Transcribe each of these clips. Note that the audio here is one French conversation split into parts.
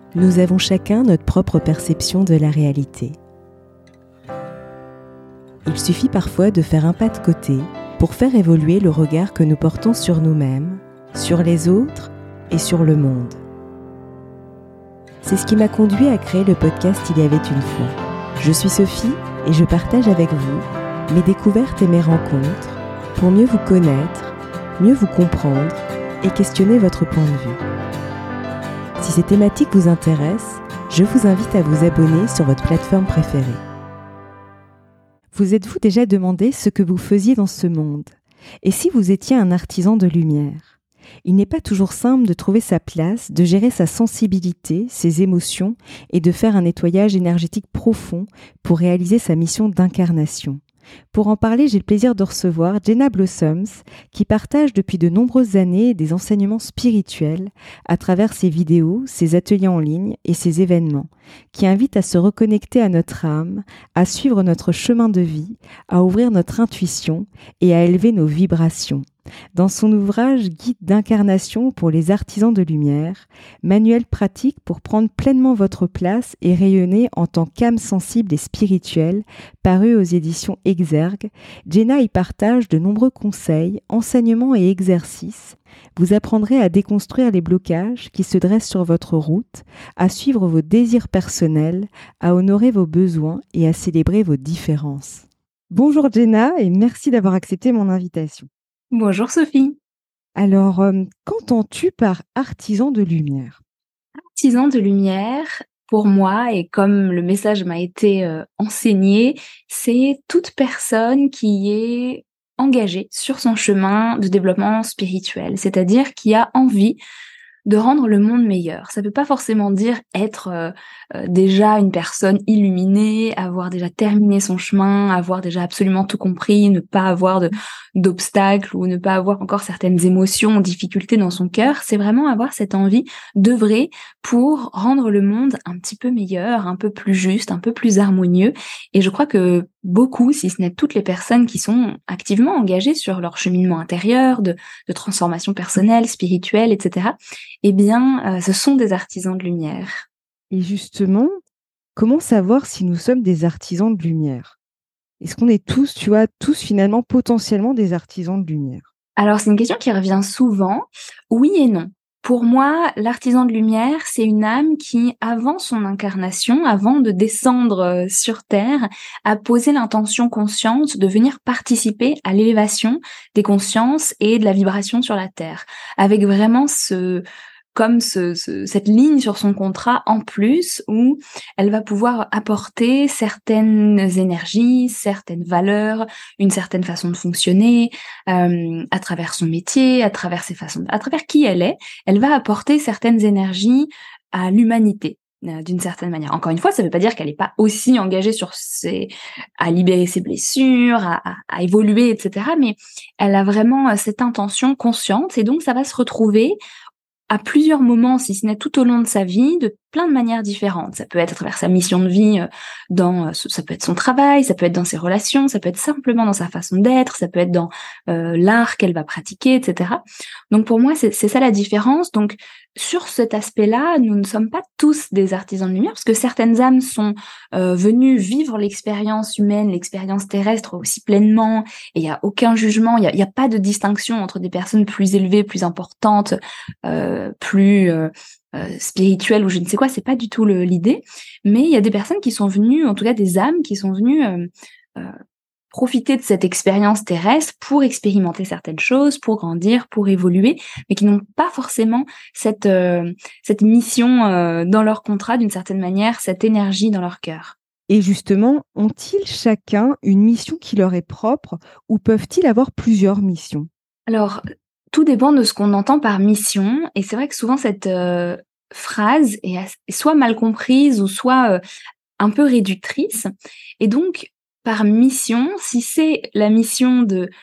Nous avons chacun notre propre perception de la réalité. Il suffit parfois de faire un pas de côté pour faire évoluer le regard que nous portons sur nous-mêmes, sur les autres et sur le monde. C'est ce qui m'a conduit à créer le podcast Il y avait une fois. Je suis Sophie et je partage avec vous mes découvertes et mes rencontres pour mieux vous connaître, mieux vous comprendre et questionner votre point de vue. Si ces thématiques vous intéressent, je vous invite à vous abonner sur votre plateforme préférée. Vous êtes-vous déjà demandé ce que vous faisiez dans ce monde ? Et si vous étiez un artisan de lumière ? Il n'est pas toujours simple de trouver sa place, de gérer sa sensibilité, ses émotions et de faire un nettoyage énergétique profond pour réaliser sa mission d'incarnation. Pour en parler, j'ai le plaisir de recevoir Jenna Blossoms, qui partage depuis de nombreuses années des enseignements spirituels à travers ses vidéos, ses ateliers en ligne et ses événements, qui invitent à se reconnecter à notre âme, à suivre notre chemin de vie, à ouvrir notre intuition et à élever nos vibrations. Dans son ouvrage Guide d'incarnation pour les artisans de lumière, manuel pratique pour prendre pleinement votre place et rayonner en tant qu'âme sensible et spirituelle, paru aux éditions Exergue, Jenna y partage de nombreux conseils, enseignements et exercices. Vous apprendrez à déconstruire les blocages qui se dressent sur votre route, à suivre vos désirs personnels, à honorer vos besoins et à célébrer vos différences. Bonjour Jenna et merci d'avoir accepté mon invitation. Bonjour Sophie. Alors, qu'entends-tu par artisan de lumière ? Artisan de lumière, pour moi, et comme le message m'a été enseigné, c'est toute personne qui est engagée sur son chemin de développement spirituel, c'est-à-dire qui a envie de rendre le monde meilleur. Ça ne veut pas forcément dire être déjà une personne illuminée, avoir déjà terminé son chemin, avoir déjà absolument tout compris, ne pas avoir d'obstacles ou ne pas avoir encore certaines émotions, difficultés dans son cœur. C'est vraiment avoir cette envie d'œuvrer pour rendre le monde un petit peu meilleur, un peu plus juste, un peu plus harmonieux. Et je crois que beaucoup, si ce n'est toutes les personnes qui sont activement engagées sur leur cheminement intérieur, de transformation personnelle, spirituelle, etc., eh bien, ce sont des artisans de lumière. Et justement, comment savoir si nous sommes des artisans de lumière ? Est-ce qu'on est tous, tous finalement potentiellement des artisans de lumière ? Alors, c'est une question qui revient souvent. Oui et non. Pour moi, l'artisan de lumière, c'est une âme qui, avant son incarnation, avant de descendre sur Terre, a posé l'intention consciente de venir participer à l'élévation des consciences et de la vibration sur la Terre, avec vraiment cette ligne sur son contrat en plus où elle va pouvoir apporter certaines énergies, certaines valeurs, une certaine façon de fonctionner à travers son métier, à travers à travers qui elle va apporter certaines énergies à l'humanité. D'une certaine manière. Encore une fois, ça ne veut pas dire qu'elle n'est pas aussi engagée à libérer ses blessures, à évoluer, etc. Mais elle a vraiment cette intention consciente et donc ça va se retrouver à plusieurs moments, si ce n'est tout au long de sa vie, de plein de manières différentes. Ça peut être à travers sa mission de vie, ça peut être son travail, ça peut être dans ses relations, ça peut être simplement dans sa façon d'être, ça peut être dans l'art qu'elle va pratiquer, etc. Donc pour moi, c'est ça la différence. Donc sur cet aspect-là, nous ne sommes pas tous des artisans de lumière, parce que certaines âmes sont venues vivre l'expérience humaine, l'expérience terrestre aussi pleinement, et il n'y a aucun jugement, il y a pas de distinction entre des personnes plus élevées, plus importantes, plus spirituelle ou je ne sais quoi, c'est pas du tout l'idée, mais il y a des personnes qui sont venues, en tout cas des âmes qui sont venues profiter de cette expérience terrestre pour expérimenter certaines choses, pour grandir, pour évoluer, mais qui n'ont pas forcément cette mission dans leur contrat d'une certaine manière, cette énergie dans leur cœur. Et justement, ont-ils chacun une mission qui leur est propre ou peuvent-ils avoir plusieurs missions ? Alors, tout dépend de ce qu'on entend par mission, et c'est vrai que souvent cette phrase est soit mal comprise ou soit un peu réductrice. Et donc, par mission, si c'est la mission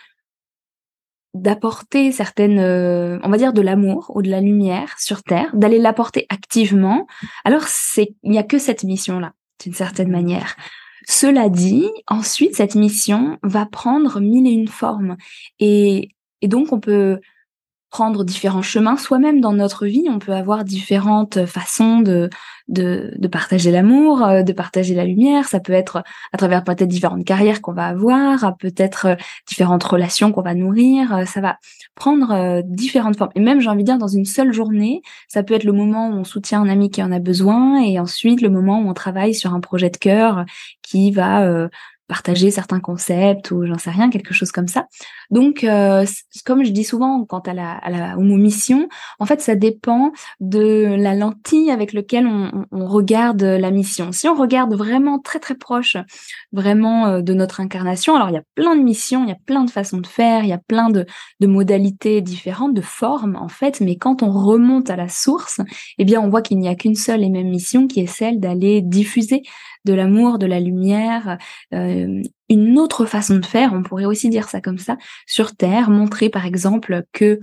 d'apporter certaines, on va dire de l'amour ou de la lumière sur Terre, d'aller l'apporter activement, alors il n'y a que cette mission-là, d'une certaine manière. Cela dit, ensuite, cette mission va prendre mille et une formes. Et donc, on peut prendre différents chemins. Soi-même, dans notre vie, on peut avoir différentes façons de partager l'amour, de partager la lumière. Ça peut être à travers peut-être différentes carrières qu'on va avoir, peut-être différentes relations qu'on va nourrir. Ça va prendre différentes formes. Et même, j'ai envie de dire, dans une seule journée, ça peut être le moment où on soutient un ami qui en a besoin, et ensuite le moment où on travaille sur un projet de cœur qui va partager certains concepts, ou j'en sais rien, quelque chose comme ça. Donc, comme je dis souvent quant au mot mission, en fait, ça dépend de la lentille avec laquelle on regarde la mission. Si on regarde vraiment très très proche, vraiment de notre incarnation, alors il y a plein de missions, il y a plein de façons de faire, il y a plein de modalités différentes, de formes en fait, mais quand on remonte à la source, eh bien, on voit qu'il n'y a qu'une seule et même mission, qui est celle d'aller diffuser de l'amour, de la lumière, une autre façon de faire, on pourrait aussi dire ça comme ça, sur Terre, montrer par exemple que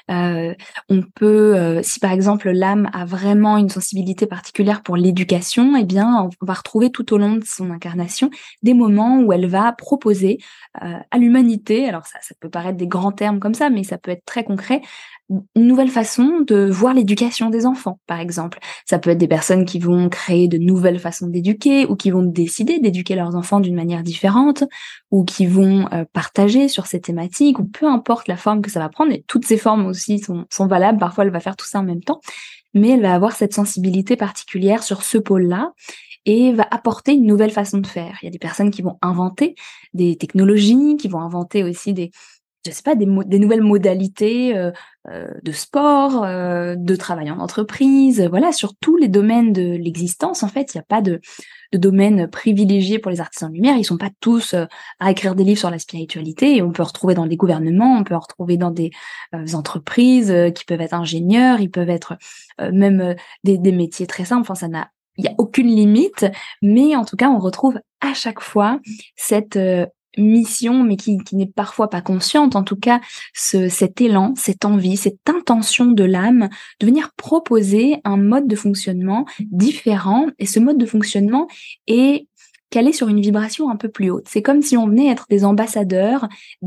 on peut, si par exemple l'âme a vraiment une sensibilité particulière pour l'éducation, eh bien on va retrouver tout au long de son incarnation des moments où elle va proposer à l'humanité, alors ça peut paraître des grands termes comme ça, mais ça peut être très concret, une nouvelle façon de voir l'éducation des enfants, par exemple. Ça peut être des personnes qui vont créer de nouvelles façons d'éduquer, ou qui vont décider d'éduquer leurs enfants d'une manière différente, ou qui vont partager sur ces thématiques, ou peu importe la forme que ça va prendre, et toutes ces formes aussi sont valables. Parfois, elle va faire tout ça en même temps, mais elle va avoir cette sensibilité particulière sur ce pôle-là, et va apporter une nouvelle façon de faire. Il y a des personnes qui vont inventer des technologies, qui vont inventer aussi je sais pas, des nouvelles modalités de sport, de travail en entreprise, voilà, sur tous les domaines de l'existence. En fait, il y a pas de domaine privilégié pour les artisans de lumière. Ils sont pas tous à écrire des livres sur la spiritualité, et on peut en retrouver dans des gouvernements, on peut en retrouver dans des entreprises qui peuvent être ingénieurs, ils peuvent être même des métiers très simples. Enfin, il y a aucune limite, mais en tout cas, on retrouve à chaque fois cette mission, mais qui n'est parfois pas consciente, en tout cas, cet élan, cette envie, cette intention de l'âme de venir proposer un mode de fonctionnement différent. Et ce mode de fonctionnement est calé sur une vibration un peu plus haute. C'est comme si on venait être des ambassadeurs,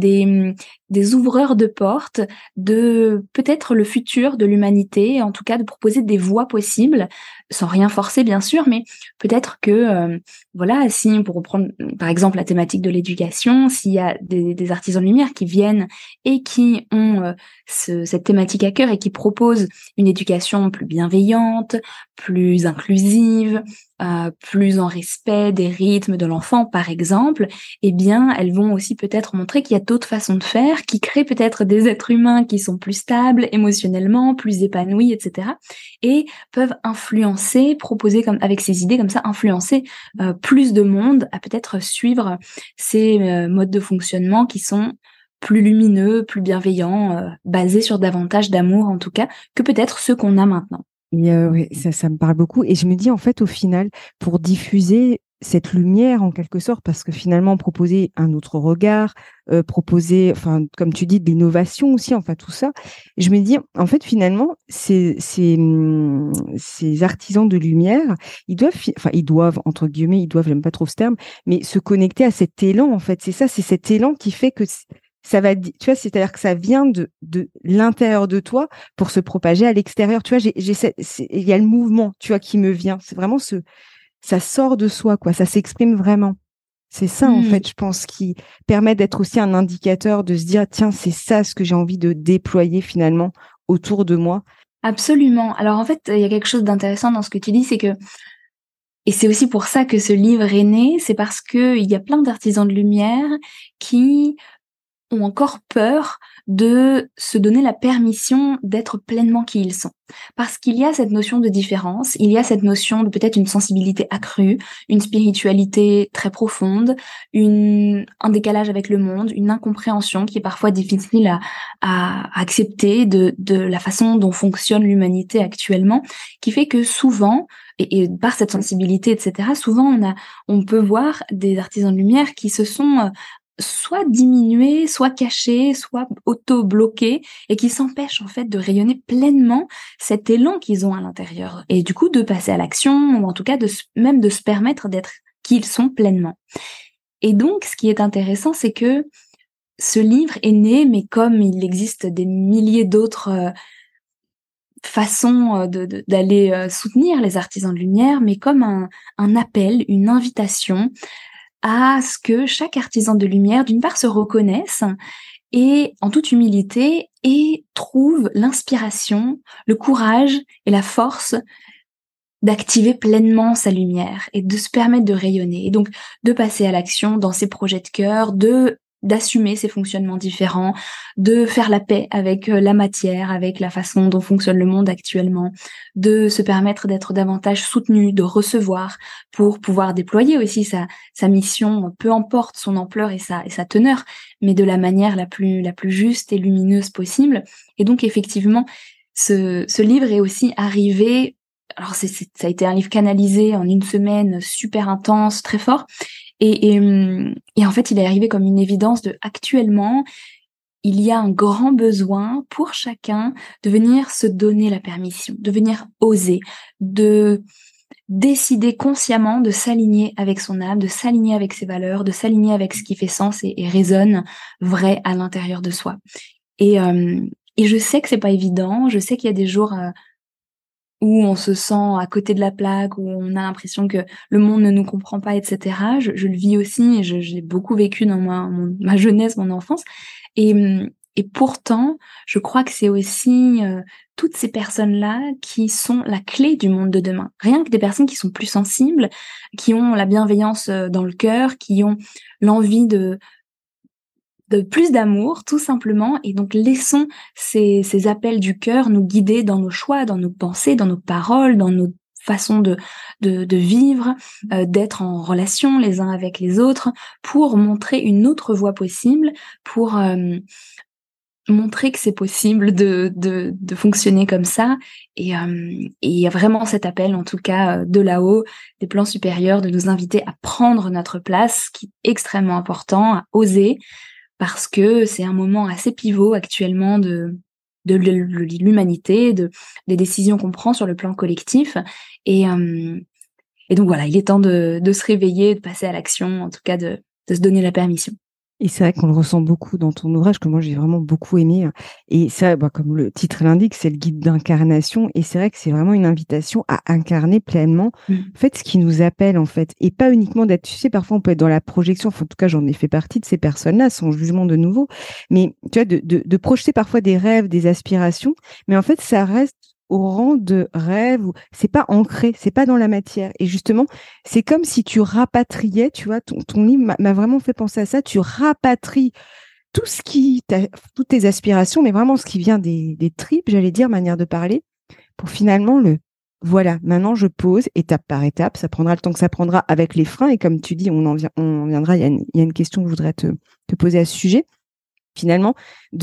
des ouvreurs de portes de peut-être le futur de l'humanité, en tout cas de proposer des voies possibles, sans rien forcer bien sûr, mais peut-être que voilà, si pour reprendre par exemple la thématique de l'éducation, s'il y a des artisans de lumière qui viennent et qui ont cette thématique à cœur, et qui proposent une éducation plus bienveillante, plus inclusive, plus en respect des rythmes de l'enfant par exemple, eh bien elles vont aussi peut-être montrer qu'il y a d'autres façons de faire, qui créent peut-être des êtres humains qui sont plus stables émotionnellement, plus épanouis, etc. et peuvent influencer, proposer comme avec ces idées comme ça, influencer plus de monde à peut-être suivre ces modes de fonctionnement qui sont plus lumineux, plus bienveillants, basés sur davantage d'amour en tout cas, que peut-être ceux qu'on a maintenant. Et ouais, ça me parle beaucoup. Et je me dis, en fait, au final, pour diffuser cette lumière, en quelque sorte, parce que finalement, proposer un autre regard, proposer, enfin, comme tu dis, de l'innovation aussi, enfin, tout ça, je me dis, en fait, finalement, ces artisans de lumière, ils doivent, entre guillemets, j'aime pas trop ce terme, mais se connecter à cet élan, en fait. C'est cet élan qui fait que ça va, tu vois, c'est-à-dire que ça vient de l'intérieur de toi pour se propager à l'extérieur. Tu vois, il y a le mouvement, tu vois, qui me vient. C'est vraiment ça sort de soi, quoi. Ça s'exprime vraiment. C'est ça, en fait, je pense, qui permet d'être aussi un indicateur, de se dire, tiens, c'est ça ce que j'ai envie de déployer finalement autour de moi. Absolument. Alors en fait, il y a quelque chose d'intéressant dans ce que tu dis, c'est que, et c'est aussi pour ça que ce livre est né, c'est parce que il y a plein d'artisans de lumière qui ont encore peur de se donner la permission d'être pleinement qui ils sont. Parce qu'il y a cette notion de différence, il y a cette notion de peut-être une sensibilité accrue, une spiritualité très profonde, un décalage avec le monde, une incompréhension qui est parfois difficile à accepter de la façon dont fonctionne l'humanité actuellement, qui fait que souvent, et par cette sensibilité, etc., souvent on peut voir des artisans de lumière qui se sont soit diminués, soit cachés, soit auto-bloqués, et qui s'empêchent en fait de rayonner pleinement cet élan qu'ils ont à l'intérieur, et du coup de passer à l'action, ou en tout cas même de se permettre d'être qui ils sont pleinement. Et donc ce qui est intéressant, c'est que ce livre est né, mais comme il existe des milliers d'autres façons d'aller soutenir les artisans de lumière, mais comme un appel, une invitation à ce que chaque artisan de lumière, d'une part, se reconnaisse et en toute humilité et trouve l'inspiration, le courage et la force d'activer pleinement sa lumière et de se permettre de rayonner et donc de passer à l'action dans ses projets de cœur, d'assumer ses fonctionnements différents, de faire la paix avec la matière, avec la façon dont fonctionne le monde actuellement, de se permettre d'être davantage soutenu, de recevoir pour pouvoir déployer aussi sa mission, peu importe son ampleur et sa teneur, mais de la manière la plus juste et lumineuse possible. Et donc effectivement, ce livre est aussi arrivé. Alors ça a été un livre canalisé en une semaine, super intense, très fort. Et en fait, il est arrivé comme une évidence actuellement, il y a un grand besoin pour chacun de venir se donner la permission, de venir oser, de décider consciemment de s'aligner avec son âme, de s'aligner avec ses valeurs, de s'aligner avec ce qui fait sens et résonne vrai à l'intérieur de soi. Et je sais que c'est pas évident, je sais qu'il y a des jours où on se sent à côté de la plaque, où on a l'impression que le monde ne nous comprend pas, et cetera. Je le vis aussi et je l'ai beaucoup vécu dans ma jeunesse, mon enfance. Et pourtant, je crois que c'est aussi toutes ces personnes-là qui sont la clé du monde de demain. Rien que des personnes qui sont plus sensibles, qui ont la bienveillance dans le cœur, qui ont l'envie de plus d'amour, tout simplement. Et donc, laissons ces appels du cœur nous guider dans nos choix, dans nos pensées, dans nos paroles, dans nos façons de vivre, d'être en relation les uns avec les autres, pour montrer une autre voie possible, pour montrer que c'est possible de fonctionner comme ça. Et il y a vraiment cet appel, en tout cas, de là-haut, des plans supérieurs, de nous inviter à prendre notre place, qui est extrêmement important, à oser, parce que c'est un moment assez pivot actuellement de l'humanité, des décisions qu'on prend sur le plan collectif. Et donc voilà, il est temps de se réveiller, de passer à l'action, en tout cas de se donner la permission. Et c'est vrai qu'on le ressent beaucoup dans ton ouvrage, que moi j'ai vraiment beaucoup aimé. Et ça, comme le titre l'indique, c'est le guide d'incarnation. Et c'est vrai que c'est vraiment une invitation à incarner pleinement, en fait, ce qui nous appelle, en fait. Et pas uniquement d'être, tu sais, parfois on peut être dans la projection. Enfin, en tout cas, j'en ai fait partie de ces personnes-là, sans jugement de nouveau. Mais tu vois, de projeter parfois des rêves, des aspirations. Mais en fait, ça reste au rang de rêve, c'est pas ancré, c'est pas dans la matière. Et justement, c'est comme si tu rapatriais, tu vois, ton livre m'a vraiment fait penser à ça, tu rapatries tout ce toutes tes aspirations, mais vraiment ce qui vient des tripes, j'allais dire, manière de parler, pour finalement voilà, maintenant je pose étape par étape, ça prendra le temps que ça prendra avec les freins, et comme tu dis, on viendra, il y a une question que je voudrais te poser à ce sujet. Finalement,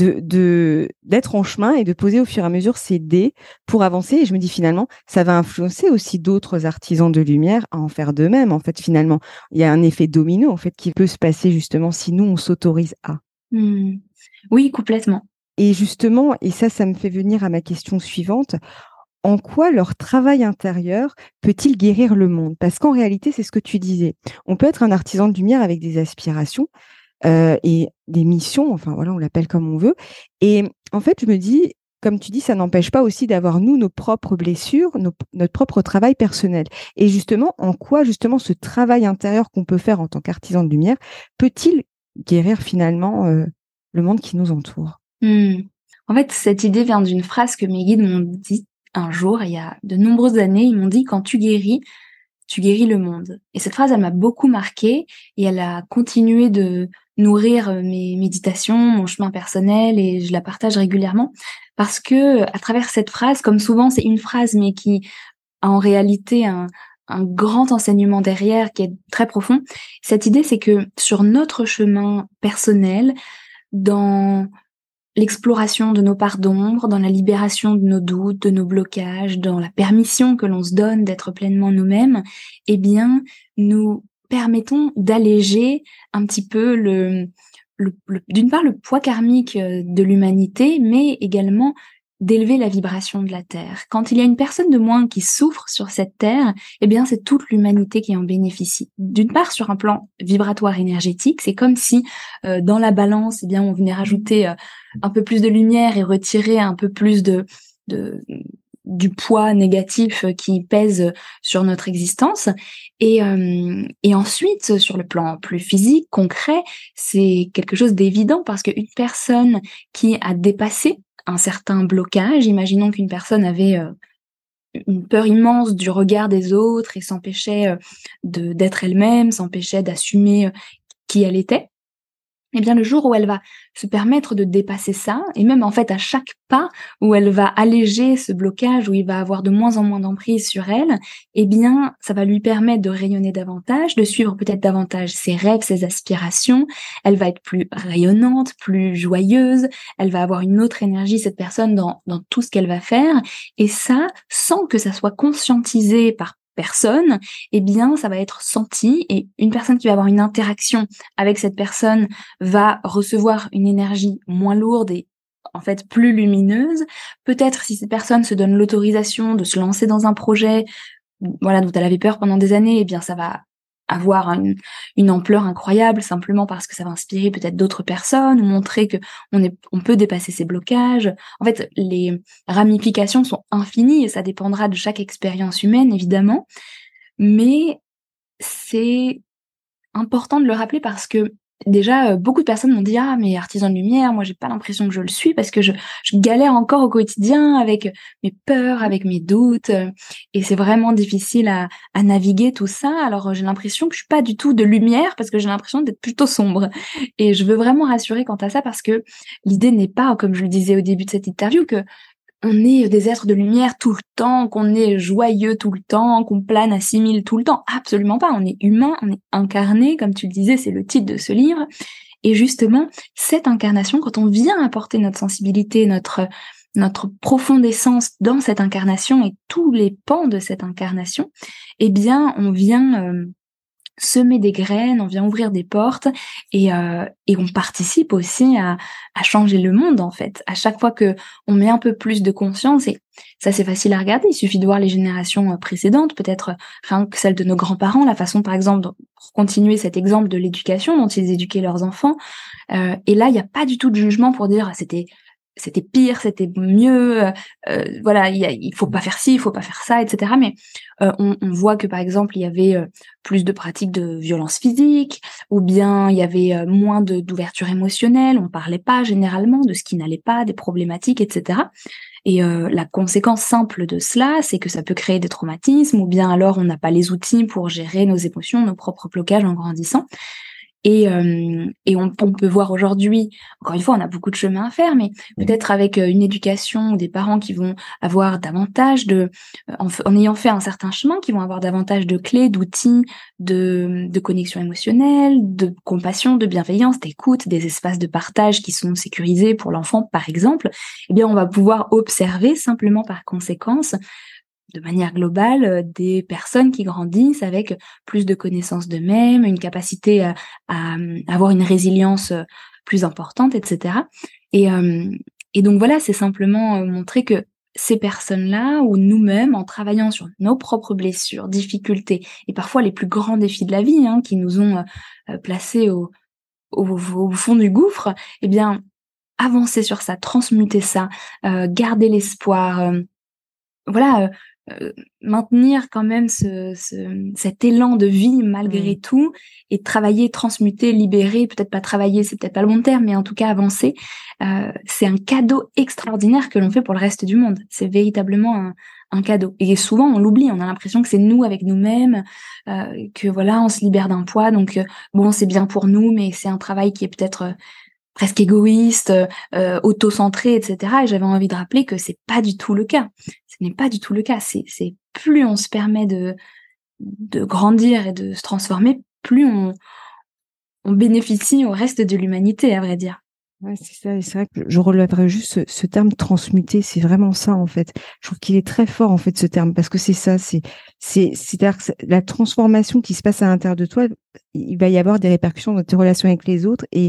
d'être en chemin et de poser au fur et à mesure ces dés pour avancer. Et je me dis finalement, ça va influencer aussi d'autres artisans de lumière à en faire de même. En fait, finalement, il y a un effet domino en fait qui peut se passer justement si nous on s'autorise à. Oui, complètement. Et justement, et ça me fait venir à ma question suivante. En quoi leur travail intérieur peut-il guérir le monde? Parce qu'en réalité, c'est ce que tu disais. On peut être un artisan de lumière avec des aspirations. Et des missions, enfin voilà, on l'appelle comme on veut. Et en fait, je me dis, comme tu dis, ça n'empêche pas aussi d'avoir, nous, nos propres blessures, notre propre travail personnel. Et justement, en quoi, justement, ce travail intérieur qu'on peut faire en tant qu'artisan de lumière peut-il guérir finalement le monde qui nous entoure? En fait, cette idée vient d'une phrase que mes guides m'ont dit un jour, il y a de nombreuses années. Ils m'ont dit: quand tu guéris le monde. Et cette phrase, elle m'a beaucoup marquée et elle a continué de nourrir mes méditations, mon chemin personnel, et je la partage régulièrement parce que à travers cette phrase, comme souvent c'est une phrase mais qui a en réalité un grand enseignement derrière qui est très profond. Cette idée, c'est que sur notre chemin personnel, dans l'exploration de nos parts d'ombre, dans la libération de nos doutes, de nos blocages, dans la permission que l'on se donne d'être pleinement nous-mêmes, eh bien, nous permettons d'alléger un petit peu d'une part le poids karmique de l'humanité, mais également d'élever la vibration de la Terre. Quand il y a une personne de moins qui souffre sur cette Terre, eh bien, c'est toute l'humanité qui en bénéficie. D'une part, sur un plan vibratoire énergétique, c'est comme si, dans la balance, eh bien, on venait rajouter un peu plus de lumière et retirer un peu plus de du poids négatif qui pèse sur notre existence. Et ensuite, sur le plan plus physique, concret, c'est quelque chose d'évident parce qu'une personne qui a dépassé un certain blocage, imaginons qu'une personne avait une peur immense du regard des autres et s'empêchait d'être elle-même, s'empêchait d'assumer qui elle était. Eh bien, le jour où elle va se permettre de dépasser ça, et même en fait à chaque pas où elle va alléger ce blocage, où il va avoir de moins en moins d'emprise sur elle, eh bien, ça va lui permettre de rayonner davantage, de suivre peut-être davantage ses rêves, ses aspirations. Elle va être plus rayonnante, plus joyeuse. Elle va avoir une autre énergie, cette personne, dans tout ce qu'elle va faire. Et ça, sans que ça soit conscientisé par personne, eh bien, ça va être senti, et une personne qui va avoir une interaction avec cette personne va recevoir une énergie moins lourde et en fait plus lumineuse. Peut-être si cette personne se donne l'autorisation de se lancer dans un projet, voilà, dont elle avait peur pendant des années, eh bien ça va avoir une ampleur incroyable simplement parce que ça va inspirer peut-être d'autres personnes ou montrer que on peut dépasser ces blocages. En fait, les ramifications sont infinies et ça dépendra de chaque expérience humaine, évidemment. Mais c'est important de le rappeler parce que déjà, beaucoup de personnes m'ont dit: «Ah mais artisan de lumière, moi j'ai pas l'impression que je le suis parce que je galère encore au quotidien avec mes peurs, avec mes doutes, et c'est vraiment difficile à naviguer tout ça. Alors, j'ai l'impression que je suis pas du tout de lumière parce que j'ai l'impression d'être plutôt sombre», et je veux vraiment rassurer quant à ça parce que l'idée n'est pas, comme je le disais au début de cette interview, que on est des êtres de lumière tout le temps, qu'on est joyeux tout le temps, qu'on plane à 6000 tout le temps. Absolument pas. On est humain, on est incarné, comme tu le disais, c'est le titre de ce livre. Et justement, cette incarnation, quand on vient apporter notre sensibilité, notre profonde essence dans cette incarnation et tous les pans de cette incarnation, eh bien, on vient semer des graines, on vient ouvrir des portes et on participe aussi à changer le monde, en fait. À chaque fois que on met un peu plus de conscience, et ça c'est facile à regarder, il suffit de voir les générations précédentes, peut-être rien que celle de nos grands-parents, la façon par exemple, pour continuer cet exemple de l'éducation dont ils éduquaient leurs enfants, et là il y a pas du tout de jugement pour dire: «Ah, c'était pire, c'était mieux, voilà, il faut pas faire ci, il faut pas faire ça», etc. Mais on voit que par exemple, il y avait plus de pratiques de violence physique, ou bien il y avait moins d'ouverture émotionnelle, on parlait pas généralement de ce qui n'allait pas, des problématiques, etc. Et la conséquence simple de cela, c'est que ça peut créer des traumatismes, ou bien alors on n'a pas les outils pour gérer nos émotions, nos propres blocages en grandissant. Et on peut voir aujourd'hui, encore une fois, on a beaucoup de chemin à faire, mais peut-être avec une éducation ou des parents qui vont avoir davantage en ayant fait un certain chemin, qui vont avoir davantage de clés, d'outils, de connexion émotionnelle, de compassion, de bienveillance, d'écoute, des espaces de partage qui sont sécurisés pour l'enfant, par exemple, eh bien, on va pouvoir observer simplement par conséquence, de manière globale, des personnes qui grandissent avec plus de connaissances d'eux-mêmes, une capacité à avoir une résilience plus importante, etc. Et, et donc voilà, c'est simplement montrer que ces personnes-là, ou nous-mêmes, en travaillant sur nos propres blessures, difficultés, et parfois les plus grands défis de la vie, hein, qui nous ont placés au fond du gouffre, eh bien, avancer sur ça, transmuter ça, garder l'espoir, voilà, maintenir quand même cet élan de vie malgré tout, et travailler, transmuter, libérer, peut-être pas travailler, c'est peut-être pas le bon terme, mais en tout cas avancer, c'est un cadeau extraordinaire que l'on fait pour le reste du monde. C'est véritablement un cadeau. Et souvent on l'oublie, on a l'impression que c'est nous avec nous-mêmes, que voilà, on se libère d'un poids, donc bon, c'est bien pour nous, mais c'est un travail qui est peut-être presque égoïste, auto-centré, etc. Et j'avais envie de rappeler que c'est pas du tout le cas. Ce n'est pas du tout le cas. C'est plus on se permet de grandir et de se transformer, plus on bénéficie au reste de l'humanité, à vrai dire. Ouais, c'est ça, et c'est vrai que je relèverais juste ce terme transmuter, c'est vraiment ça, en fait. Je trouve qu'il est très fort, en fait, ce terme, parce que c'est ça, c'est-à-dire que la transformation qui se passe à l'intérieur de toi, il va y avoir des répercussions dans tes relations avec les autres, et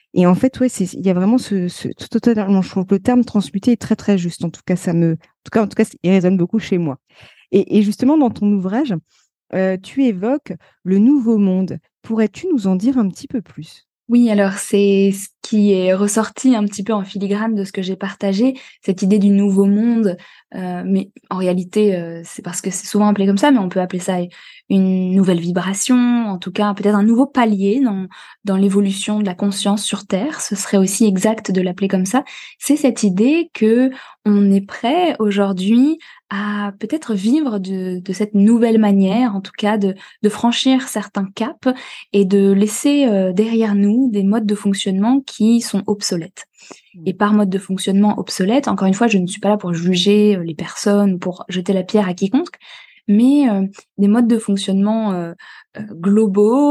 Et en fait, ouais, il y a vraiment totalement, je trouve que le terme transmuter est très, très juste. En tout cas, en tout cas, il résonne beaucoup chez moi. Et justement, dans ton ouvrage, tu évoques le nouveau monde. Pourrais-tu nous en dire un petit peu plus? Oui, alors c'est ce qui est ressorti un petit peu en filigrane de ce que j'ai partagé, cette idée du nouveau monde, mais en réalité, c'est parce que c'est souvent appelé comme ça, mais on peut appeler ça une nouvelle vibration, en tout cas peut-être un nouveau palier dans l'évolution de la conscience sur Terre. Ce serait aussi exact de l'appeler comme ça. C'est cette idée que on est prêt aujourd'hui à peut-être vivre de cette nouvelle manière, en tout cas de franchir certains caps et de laisser derrière nous des modes de fonctionnement qui sont obsolètes. Et par mode de fonctionnement obsolète, encore une fois, je ne suis pas là pour juger les personnes, pour jeter la pierre à quiconque, mais des modes de fonctionnement globaux,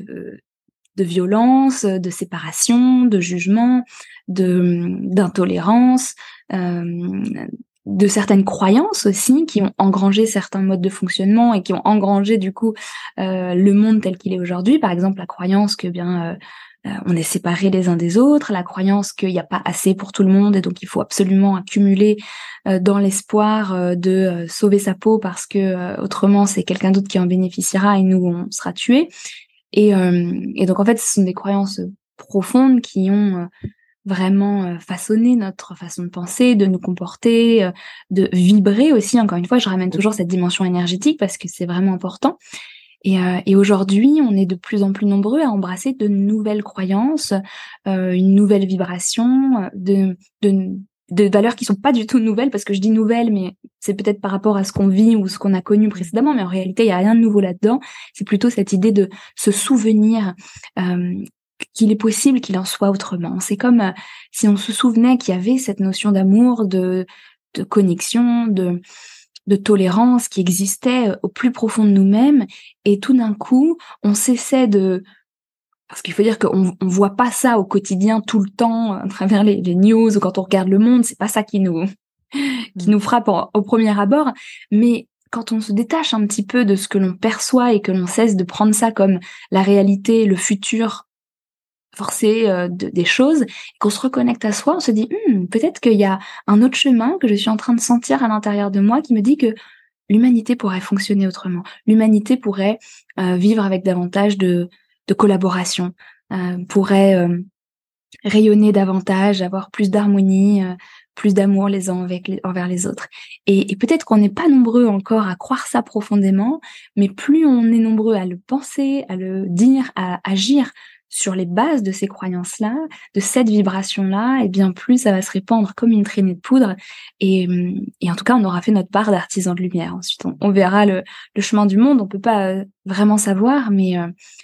de violence, de séparation, de jugement, d'intolérance, de certaines croyances aussi qui ont engrangé certains modes de fonctionnement et qui ont engrangé du coup le monde tel qu'il est aujourd'hui. Par exemple, la croyance que on est séparés les uns des autres, la croyance qu'il n'y a pas assez pour tout le monde et donc il faut absolument accumuler dans l'espoir de sauver sa peau parce que autrement c'est quelqu'un d'autre qui en bénéficiera et nous on sera tués. Et donc en fait, ce sont des croyances profondes qui ont vraiment façonné notre façon de penser, de nous comporter, de vibrer aussi. Encore une fois, je ramène toujours cette dimension énergétique parce que c'est vraiment important. Et aujourd'hui, on est de plus en plus nombreux à embrasser de nouvelles croyances, une nouvelle vibration, de valeurs qui sont pas du tout nouvelles, parce que je dis nouvelles, mais c'est peut-être par rapport à ce qu'on vit ou ce qu'on a connu précédemment, mais en réalité, il y a rien de nouveau là-dedans. C'est plutôt cette idée de se souvenir qu'il est possible qu'il en soit autrement. C'est comme si on se souvenait qu'il y avait cette notion d'amour, de connexion, de tolérance qui existait au plus profond de nous-mêmes, et tout d'un coup, on cessait parce qu'il faut dire qu'on voit pas ça au quotidien tout le temps à travers les news ou quand on regarde le monde, c'est pas ça qui nous frappe au premier abord, mais quand on se détache un petit peu de ce que l'on perçoit et que l'on cesse de prendre ça comme la réalité, le futur forcé des choses, et qu'on se reconnecte à soi, on se dit peut-être qu'il y a un autre chemin que je suis en train de sentir à l'intérieur de moi qui me dit que l'humanité pourrait fonctionner autrement. L'humanité pourrait vivre avec davantage de collaboration, pourrait rayonner davantage, avoir plus d'harmonie, plus d'amour les uns envers les autres. Et peut-être qu'on n'est pas nombreux encore à croire ça profondément, mais plus on est nombreux à le penser, à le dire, à agir sur les bases de ces croyances-là, de cette vibration-là, et bien plus ça va se répandre comme une traînée de poudre. Et en tout cas, on aura fait notre part d'artisans de lumière. Ensuite, on verra le chemin du monde. On peut pas vraiment savoir, mais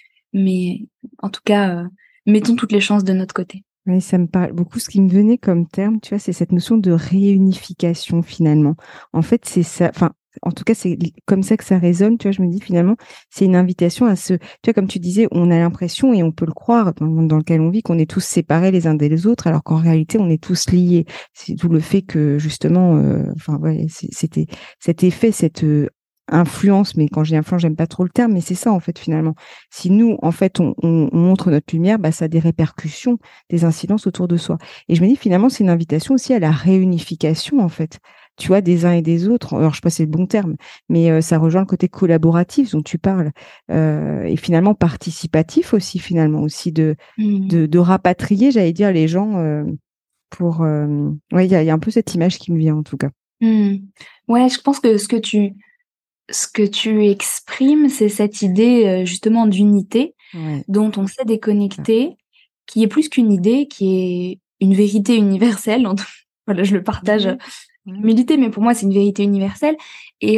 en tout cas, mettons toutes les chances de notre côté. Oui, ça me parle beaucoup. Ce qui me venait comme terme, tu vois, c'est cette notion de réunification finalement. En fait, c'est ça. Enfin, en tout cas, c'est comme ça que ça résonne. Tu vois, je me dis finalement, c'est une invitation à tu vois, comme tu disais, on a l'impression et on peut le croire dans le monde dans lequel on vit qu'on est tous séparés les uns des autres, alors qu'en réalité, on est tous liés. C'est d'où le fait que justement, enfin, ouais, c'était cet effet, cette influence, mais quand je dis influence, j'aime pas trop le terme, mais c'est ça en fait finalement. Si nous, en fait, on montre notre lumière, bah, ça a des répercussions, des incidences autour de soi. Et je me dis finalement, c'est une invitation aussi à la réunification en fait, tu vois, des uns et des autres. Alors je sais pas si c'est le bon terme, mais ça rejoint le côté collaboratif dont tu parles, et finalement participatif aussi finalement aussi de rapatrier, j'allais dire, les gens pour. Ouais, il y a un peu cette image qui me vient en tout cas. Ouais, je pense que ce que tu exprimes, c'est cette idée justement d'unité Ouais. dont on s'est déconnecté, qui est plus qu'une idée, qui est une vérité universelle. Voilà, je le partage humilité, mais pour moi, c'est une vérité universelle et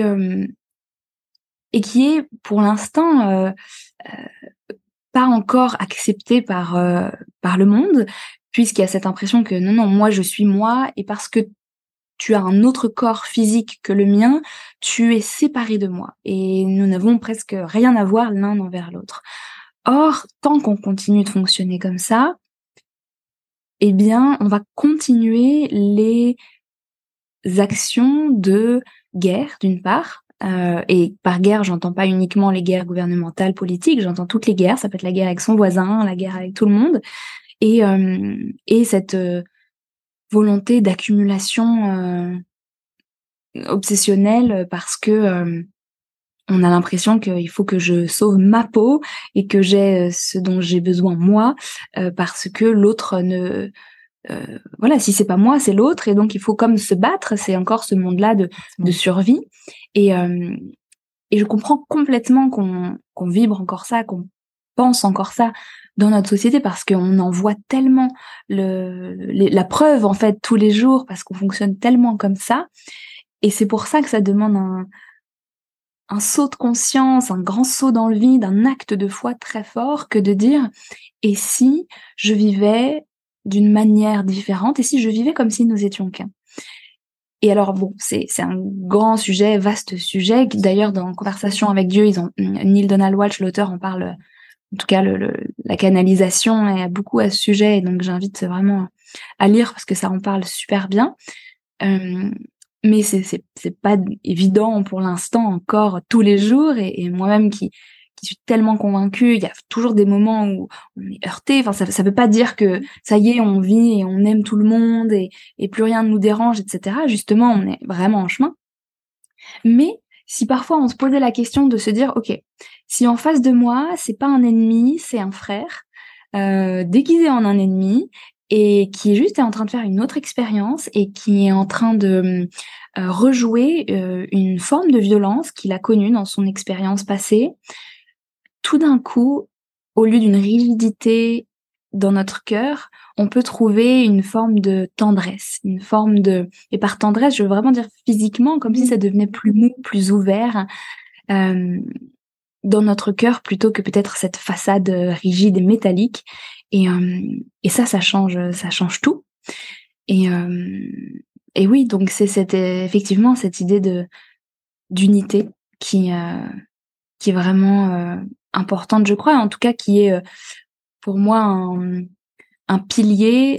qui est pour l'instant pas encore acceptée par le monde, puisqu'il y a cette impression que non, moi je suis moi, et parce que tu as un autre corps physique que le mien, tu es séparé de moi et nous n'avons presque rien à voir l'un envers l'autre. Or, tant qu'on continue de fonctionner comme ça, eh bien, on va continuer les actions de guerre, d'une part, et par guerre, j'entends pas uniquement les guerres gouvernementales, politiques, j'entends toutes les guerres, ça peut être la guerre avec son voisin, la guerre avec tout le monde, et cette volonté d'accumulation obsessionnelle parce que on a l'impression qu'il faut que je sauve ma peau et que j'ai ce dont j'ai besoin moi, parce que l'autre ne voilà, si c'est pas moi, c'est l'autre et donc il faut comme se battre. C'est encore ce monde-là de survie et hem et je comprends complètement qu'on vibre encore ça, qu'on pense encore ça dans notre société parce qu'on en voit tellement la preuve en fait tous les jours parce qu'on fonctionne tellement comme ça et c'est pour ça que ça demande un saut de conscience, un grand saut dans le vide, un acte de foi très fort que de dire: «Et si je vivais d'une manière différente? Et si je vivais comme si nous étions qu'un?» Et alors bon, c'est un grand sujet, vaste sujet, qui d'ailleurs dans Conversation avec Dieu, ils ont Neale Donald Walsch, l'auteur, en parle, en tout cas la canalisation est beaucoup à ce sujet et donc j'invite vraiment à lire parce que ça en parle super bien. Hem, mais c'est pas évident pour l'instant encore tous les jours et moi-même qui suis tellement convaincue, il y a toujours des moments où on est heurté. Enfin, ça veut pas dire que ça y est, on vit et on aime tout le monde et plus rien ne nous dérange, et cetera. Justement, on est vraiment en chemin. Mais si parfois on se posait la question de se dire: «OK, si en face de moi, c'est pas un ennemi, c'est un frère, déguisé en un ennemi et qui juste est en train de faire une autre expérience et qui est en train de, rejouer, une forme de violence qu'il a connue dans son expérience passée». Tout d'un coup, au lieu d'une rigidité dans notre cœur, on peut trouver une forme de tendresse, une forme de et par tendresse, je veux vraiment dire physiquement, comme si ça devenait plus mou, plus ouvert, hem, dans notre cœur plutôt que peut-être cette façade, rigide et métallique et ça change tout et hem et oui, donc c'est cette, effectivement cette idée d'unité qui est vraiment, importante, je crois, en tout cas qui est, pour moi un pilier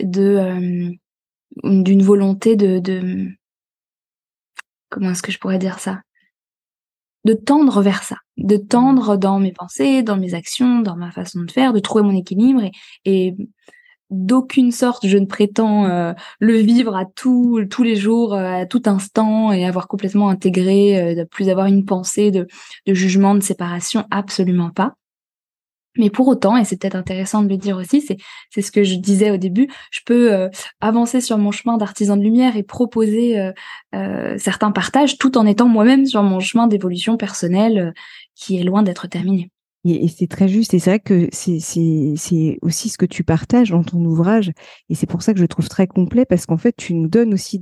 d'une volonté de comment est-ce que je pourrais dire ça? De tendre vers ça, de tendre dans mes pensées, dans mes actions, dans ma façon de faire, de trouver mon équilibre et d'aucune sorte je ne prétends, le vivre à tous les jours, à tout instant et avoir complètement intégré, de plus avoir une pensée de jugement, de séparation, absolument pas. Mais pour autant, et c'est peut-être intéressant de le dire aussi, c'est ce que je disais au début, je peux, avancer sur mon chemin d'artisan de lumière et proposer, certains partages tout en étant moi-même sur mon chemin d'évolution personnelle, qui est loin d'être terminé. Et c'est très juste. Et c'est vrai que c'est aussi ce que tu partages dans ton ouvrage. Et c'est pour ça que je le trouve très complet, parce qu'en fait, tu nous donnes aussi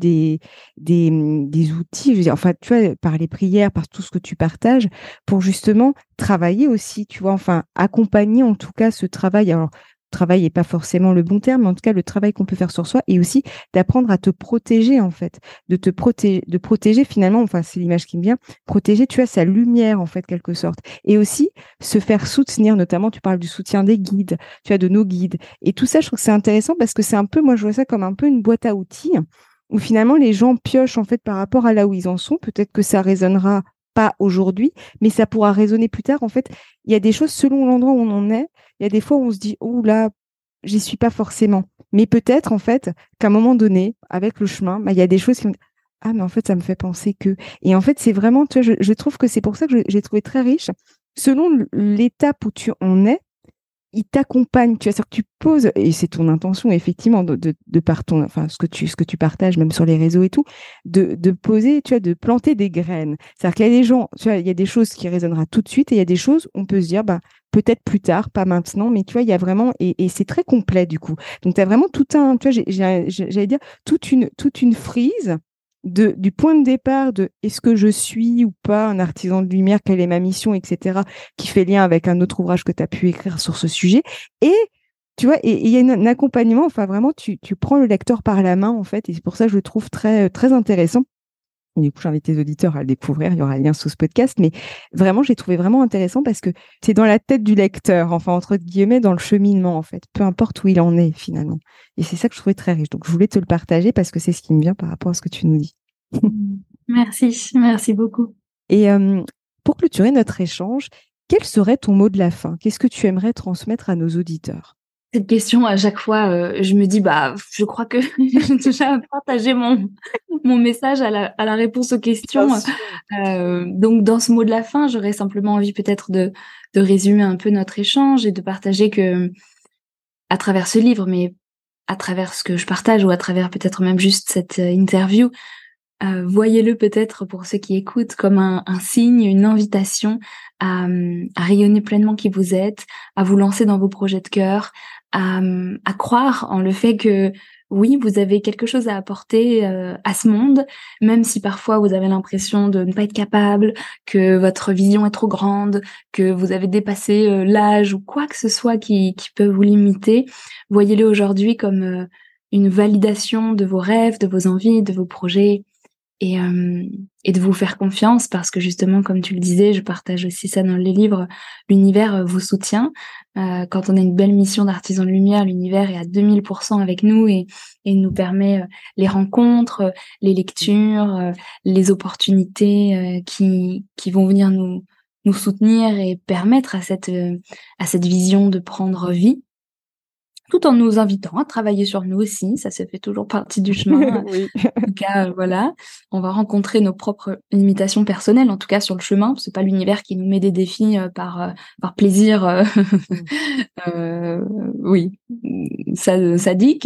des outils, je veux dire, enfin, tu vois, par les prières, par tout ce que tu partages, pour justement travailler aussi, tu vois, enfin, accompagner en tout cas ce travail. Alors, travail n'est pas forcément le bon terme, mais en tout cas, le travail qu'on peut faire sur soi et aussi d'apprendre à te protéger, en fait, de protéger finalement, enfin, c'est l'image qui me vient, protéger, tu as sa lumière, en fait, quelque sorte. Et aussi, se faire soutenir, notamment, tu parles du soutien des guides, tu as de nos guides. Et tout ça, je trouve que c'est intéressant parce que c'est un peu, moi, je vois ça comme un peu une boîte à outils où finalement, les gens piochent, en fait, par rapport à là où ils en sont. Peut-être que ça résonnera pas aujourd'hui, mais ça pourra résonner plus tard. En fait, il y a des choses selon l'endroit où on en est. Il y a des fois où on se dit, oh là, j'y suis pas forcément. Mais peut-être, en fait, qu'à un moment donné, avec le chemin, bah, il y a des choses qui me ah, mais en fait, ça me fait penser que. Et en fait, c'est vraiment, tu vois, je trouve que c'est pour ça que j'ai trouvé très riche. Selon l'étape où tu en es, il t'accompagne. Tu vois, c'est-à-dire que tu poses, et c'est ton intention, effectivement, de par ton, enfin, ce que tu partages, même sur les réseaux et tout, de poser, tu vois, de planter des graines. C'est-à-dire qu'il y a des gens, tu vois, il y a des choses qui résonnera tout de suite, et il y a des choses, on peut se dire, bah, peut-être plus tard, pas maintenant, mais tu vois, il y a vraiment, et c'est très complet, du coup. Donc, tu as vraiment tout un, tu vois, j'allais dire, toute une frise du point de départ de est-ce que je suis ou pas un artisan de lumière, quelle est ma mission, etc., qui fait lien avec un autre ouvrage que tu as pu écrire sur ce sujet. Et tu vois, et il y a un accompagnement, enfin vraiment, tu prends le lecteur par la main, en fait, et c'est pour ça que je le trouve très, très intéressant. Et du coup, j'invite les auditeurs à le découvrir, il y aura un lien sous ce podcast, mais vraiment, j'ai trouvé vraiment intéressant parce que c'est dans la tête du lecteur, enfin, entre guillemets, dans le cheminement, en fait, peu importe où il en est, finalement. Et c'est ça que je trouvais très riche. Donc, je voulais te le partager parce que c'est ce qui me vient par rapport à ce que tu nous dis. Merci beaucoup. Et pour clôturer notre échange, quel serait ton mot de la fin? Qu'est-ce que tu aimerais transmettre à nos auditeurs? Cette question, à chaque fois, je me dis: «Bah, je crois que j'ai déjà partagé mon message à la réponse aux questions». Bien sûr. Donc dans ce mot de la fin, j'aurais simplement envie peut-être de résumer un peu notre échange et de partager que, à travers ce livre, mais à travers ce que je partage ou à travers peut-être même juste cette, interview, voyez-le peut-être pour ceux qui écoutent comme un signe, une invitation à rayonner pleinement qui vous êtes, à vous lancer dans vos projets de cœur, à croire en le fait que oui, vous avez quelque chose à apporter, à ce monde, même si parfois vous avez l'impression de ne pas être capable, que votre vision est trop grande, que vous avez dépassé, l'âge ou quoi que ce soit qui peut vous limiter. Voyez-le aujourd'hui comme, une validation de vos rêves, de vos envies, de vos projets et de vous faire confiance parce que justement, comme tu le disais, je partage aussi ça dans les livres, l'univers, vous soutient. Quand on a une belle mission d'artisan de lumière, l'univers est à 2000% avec nous et nous permet, les rencontres, les lectures, les opportunités, qui vont venir nous soutenir et permettre à cette vision de prendre vie. Tout en nous invitant à travailler sur nous aussi, ça fait toujours partie du chemin. Oui. En tout cas, voilà, on va rencontrer nos propres limitations personnelles, en tout cas sur le chemin. C'est pas l'univers qui nous met des défis, par plaisir, heu, oui, sadique,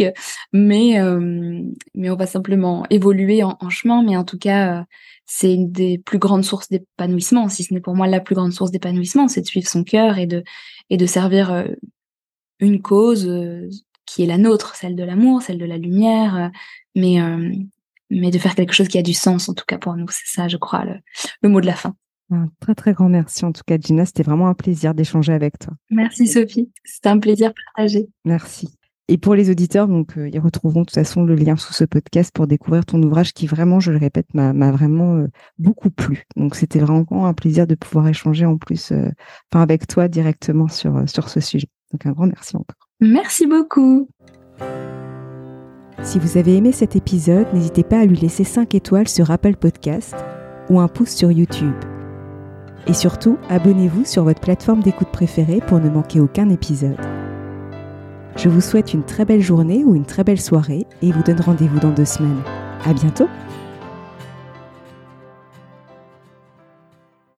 mais on va simplement évoluer en chemin. Mais en tout cas, c'est une des plus grandes sources d'épanouissement, si ce n'est pour moi la plus grande source d'épanouissement, c'est de suivre son cœur et de servir, une cause, qui est la nôtre, celle de l'amour, celle de la lumière, mais mais de faire quelque chose qui a du sens, en tout cas pour nous. C'est ça, je crois, le mot de la fin. Un très, très grand merci en tout cas, Gina. C'était vraiment un plaisir d'échanger avec toi. Merci Sophie, c'était un plaisir partagé. Merci. Et pour les auditeurs, donc, ils retrouveront de toute façon le lien sous ce podcast pour découvrir ton ouvrage qui vraiment, je le répète, m'a vraiment beaucoup plu. Donc, c'était vraiment un plaisir de pouvoir échanger en plus avec toi directement sur ce sujet. Donc, un grand merci encore. Merci beaucoup. Si vous avez aimé cet épisode, n'hésitez pas à lui laisser 5 étoiles sur Apple Podcast ou un pouce sur YouTube. Et surtout, abonnez-vous sur votre plateforme d'écoute préférée pour ne manquer aucun épisode. Je vous souhaite une très belle journée ou une très belle soirée et vous donne rendez-vous dans 2 semaines. À bientôt!